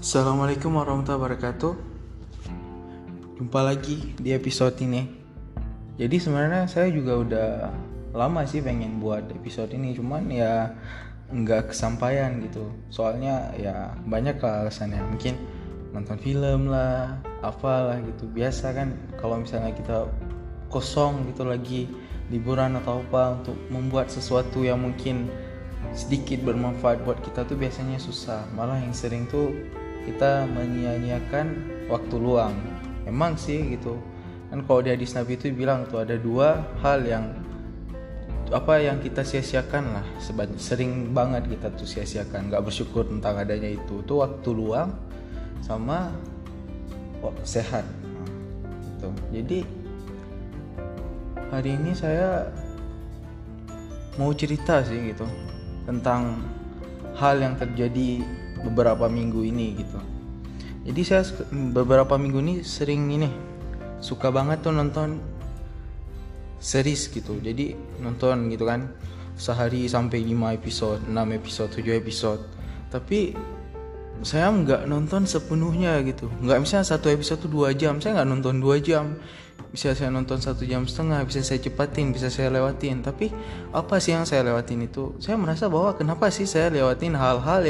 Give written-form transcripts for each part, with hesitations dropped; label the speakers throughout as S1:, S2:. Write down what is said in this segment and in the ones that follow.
S1: Assalamualaikum warahmatullahi wabarakatuh. Jumpa lagi di episode ini. Jadi sebenarnya saya juga udah lama sih pengen buat episode ini, cuman ya nggak kesampaian gitu. Soalnya ya banyak lah alasannya. Mungkin nonton film lah, apalah gitu. Biasa kan kalau misalnya kita kosong gitu lagi liburan atau apa untuk membuat sesuatu yang mungkin sedikit bermanfaat buat kita tuh biasanya susah. Malah yang sering tuh kita menyia-nyiakan waktu luang. Emang sih gitu kan, kalau di hadis Nabi itu bilang tuh ada dua hal yang kita sia-siakan lah, sering banget kita tuh sia-siakan, gak bersyukur tentang adanya itu waktu luang sama sehat gitu. Jadi hari ini saya mau cerita sih gitu tentang hal yang terjadi beberapa minggu ini gitu. Jadi saya beberapa minggu ini sering suka banget tuh nonton series gitu. Jadi nonton gitu kan sehari sampai 5 episode, 6 episode, 7 episode. Tapi saya nggak nonton sepenuhnya gitu. Nggak, misalnya satu episode tuh 2 jam, saya nggak nonton 2 jam. Bisa saya nonton 1,5 jam, bisa saya cepatin, bisa saya lewatin. Tapi apa sih yang saya lewatin itu? Saya merasa bahwa kenapa sih saya lewatin hal-hal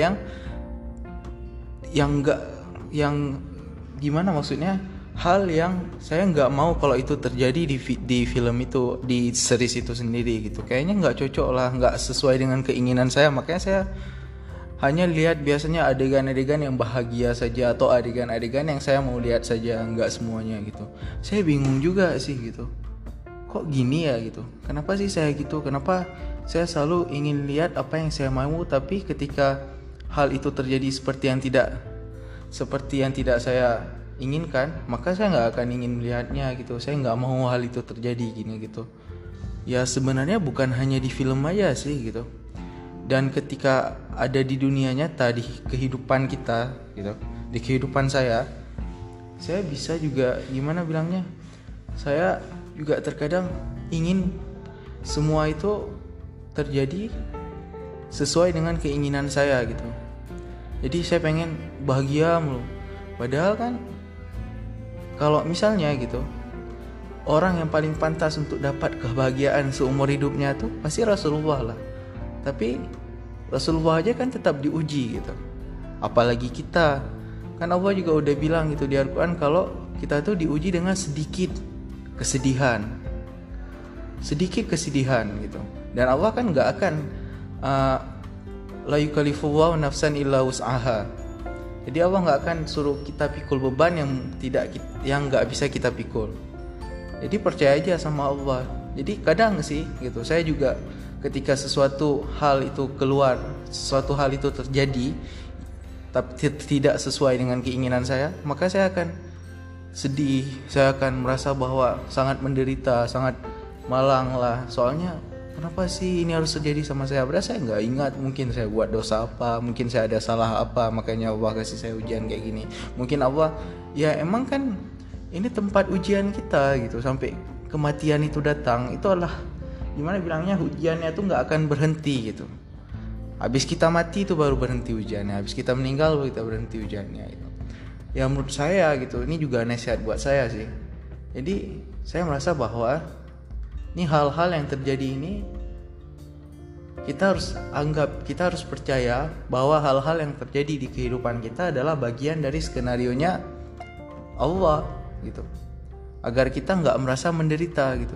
S1: yang gimana maksudnya, hal yang saya nggak mau kalau itu terjadi di film itu, di series itu sendiri gitu. Kayaknya nggak cocok lah, nggak sesuai dengan keinginan saya. Makanya saya hanya lihat biasanya adegan-adegan yang bahagia saja atau adegan-adegan yang saya mau lihat saja, nggak semuanya gitu. Saya bingung juga sih gitu, kok gini ya gitu. Kenapa sih saya gitu? Kenapa saya selalu ingin lihat apa yang saya mau, tapi ketika hal itu terjadi seperti yang tidak saya inginkan, maka saya nggak akan ingin melihatnya gitu. Saya nggak mau hal itu terjadi gini gitu. Ya sebenarnya bukan hanya di film aja sih gitu. Dan ketika ada di dunia nyata, di kehidupan kita gitu, di kehidupan saya bisa juga gimana bilangnya, saya juga terkadang ingin semua itu terjadi sesuai dengan keinginan saya gitu. Jadi saya pengen bahagia mulu. Padahal kan kalau misalnya gitu, orang yang paling pantas untuk dapat kebahagiaan seumur hidupnya tuh pasti Rasulullah lah. Tapi Rasulullah aja kan tetap diuji gitu. Apalagi kita. Kan Allah juga udah bilang gitu di Al-Quran kalau kita tuh diuji dengan sedikit kesedihan gitu. Dan Allah kan gak akan la yukallifullahu nafsan illa wus'aha. Jadi Allah nggak akan suruh kita pikul beban yang nggak bisa kita pikul. Jadi percaya aja sama Allah. Jadi kadang sih gitu, saya juga ketika sesuatu hal itu terjadi tapi tidak sesuai dengan keinginan saya, maka saya akan sedih, saya akan merasa bahwa sangat menderita, sangat malang lah. Soalnya kenapa sih ini harus terjadi sama saya? Padahal saya nggak ingat, mungkin saya buat dosa apa, mungkin saya ada salah apa, makanya Allah kasih saya ujian kayak gini. Mungkin Allah, ya emang kan ini tempat ujian kita gitu, sampai kematian itu datang. Itu adalah gimana bilangnya, ujiannya tuh nggak akan berhenti gitu. Habis kita mati itu baru berhenti ujiannya, habis kita meninggal baru kita berhenti ujiannya gitu. Ya menurut saya gitu, ini juga nasihat buat saya sih. Jadi saya merasa bahwa ini hal-hal yang terjadi ini kita harus percaya bahwa hal-hal yang terjadi di kehidupan kita adalah bagian dari skenarionya Allah gitu, agar kita nggak merasa menderita gitu.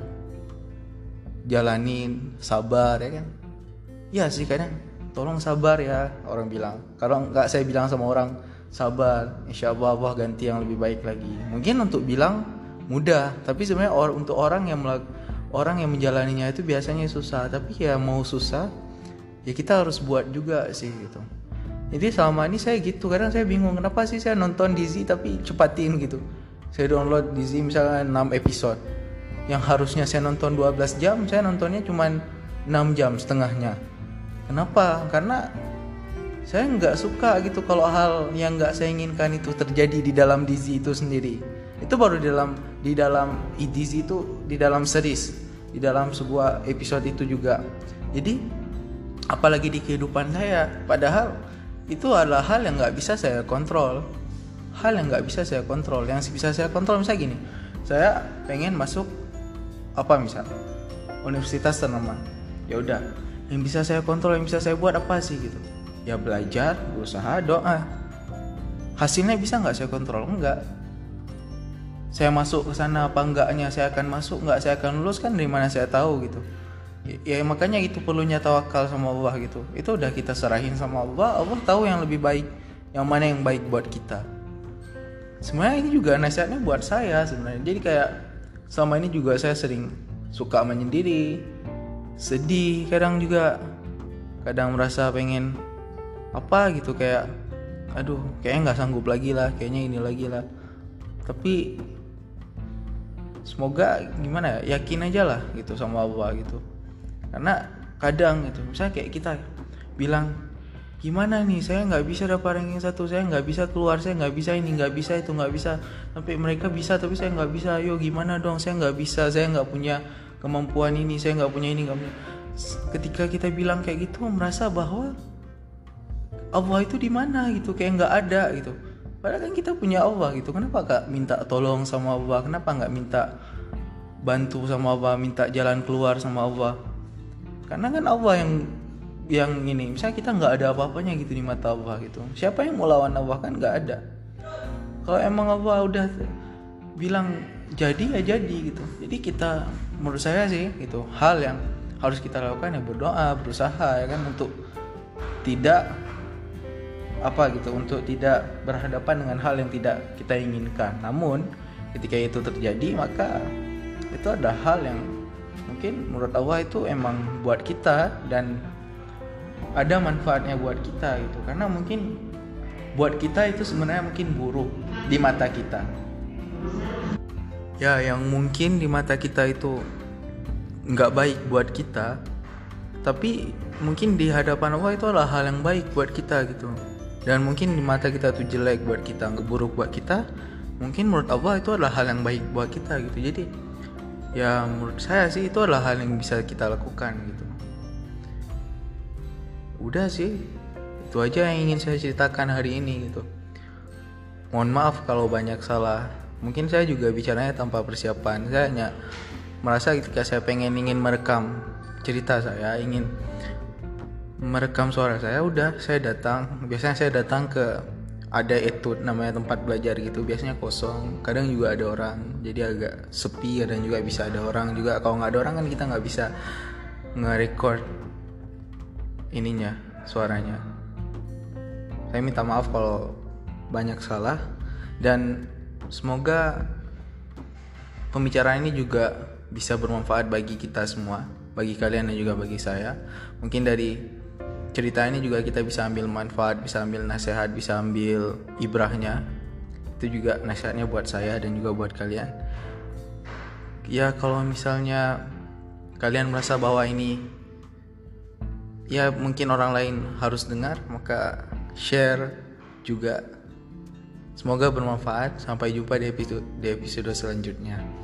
S1: Jalanin, sabar ya kan. Ya sih kadang tolong sabar ya, orang bilang. Kalau nggak saya bilang sama orang sabar, insya Allah Allah ganti yang lebih baik lagi. Mungkin untuk bilang mudah, tapi sebenarnya untuk orang yang menjalaninya itu biasanya susah. Tapi ya mau susah, ya kita harus buat juga sih gitu. Jadi selama ini saya gitu, kadang saya bingung kenapa sih saya nonton DZ tapi cepatin gitu. Saya download DZ misalnya 6 episode, yang harusnya saya nonton 12 jam, saya nontonnya cuma 6 jam setengahnya. Kenapa? Karena saya nggak suka gitu kalau hal yang nggak saya inginkan itu terjadi di dalam DZ itu sendiri. Itu baru di dalam DZ itu, di dalam series, di dalam sebuah episode itu juga. Jadi apalagi di kehidupan saya, padahal itu adalah hal yang nggak bisa saya kontrol. Yang bisa saya kontrol misalnya gini, saya pengen masuk misal universitas ternama. Ya udah, yang bisa saya kontrol, yang bisa saya buat apa sih gitu? Ya belajar, berusaha, doa. Hasilnya bisa nggak saya kontrol? Enggak. Saya masuk ke sana apa enggaknya, saya akan masuk enggak, saya akan lulus, kan dari mana saya tahu gitu. Ya makanya itu perlunya tawakal sama Allah gitu. Itu udah kita serahin sama Allah. Allah tahu yang lebih baik, yang mana yang baik buat kita. Sebenarnya ini juga nasihatnya buat saya sebenarnya. Jadi kayak selama ini juga saya sering suka menyendiri, sedih, kadang merasa pengen gitu, kayak aduh kayaknya nggak sanggup lagi lah, kayaknya ini lagi lah. Tapi semoga yakin aja lah gitu sama Allah gitu. Karena kadang gitu, misalnya kayak kita bilang gimana nih, saya nggak bisa dapat ranking 1, saya nggak bisa keluar, saya nggak bisa ini, nggak bisa itu, nggak bisa, sampai mereka bisa tapi saya nggak bisa. Ayo gimana dong, saya nggak bisa, saya nggak punya kemampuan ini, saya nggak punya ini, nggak punya. Ketika kita bilang kayak gitu, merasa bahwa Allah itu di mana gitu, kayak nggak ada gitu. Padahal kan kita punya Allah gitu. Kenapa gak minta tolong sama Allah? Kenapa nggak minta bantu sama Allah, minta jalan keluar sama Allah? Karena kan Allah yang ini, misalnya kita nggak ada apa-apanya gitu di mata Allah gitu. Siapa yang mau lawan Allah? Kan nggak ada. Kalau emang Allah udah bilang jadi ya jadi gitu. Jadi kita, menurut saya sih gitu, hal yang harus kita lakukan ya berdoa, berusaha ya kan, untuk tidak untuk tidak berhadapan dengan hal yang tidak kita inginkan. Namun ketika itu terjadi, maka itu ada hal yang mungkin menurut Allah itu emang buat kita dan ada manfaatnya buat kita gitu. Karena mungkin buat kita itu sebenarnya mungkin buruk di mata kita. Ya, yang mungkin di mata kita itu nggak baik buat kita, tapi mungkin di hadapan Allah itu adalah hal yang baik buat kita gitu. Dan mungkin di mata kita itu jelek buat kita, buruk buat kita, mungkin menurut Allah itu adalah hal yang baik buat kita gitu. Jadi ya menurut saya sih itu adalah hal yang bisa kita lakukan gitu. Udah sih, itu aja yang ingin saya ceritakan hari ini gitu. Mohon maaf kalau banyak salah. Mungkin saya juga bicaranya tanpa persiapan. Saya hanya merasa ketika saya ingin merekam cerita saya, ingin merekam suara saya, udah saya datang. Biasanya saya datang ke ada etude namanya tempat belajar gitu, biasanya kosong, kadang juga ada orang, jadi agak sepi. Kadang juga bisa ada orang juga. Kalau nggak ada orang kan kita nggak bisa nge-record suaranya. Saya minta maaf kalau banyak salah, dan semoga pembicaraan ini juga bisa bermanfaat bagi kita semua, bagi kalian dan juga bagi saya. Mungkin dari cerita ini juga kita bisa ambil manfaat, bisa ambil nasihat, bisa ambil ibrahnya. Itu juga nasihatnya buat saya dan juga buat kalian. Ya kalau misalnya kalian merasa bahwa ini ya mungkin orang lain harus dengar, maka share juga. Semoga bermanfaat. Sampai jumpa di episode selanjutnya.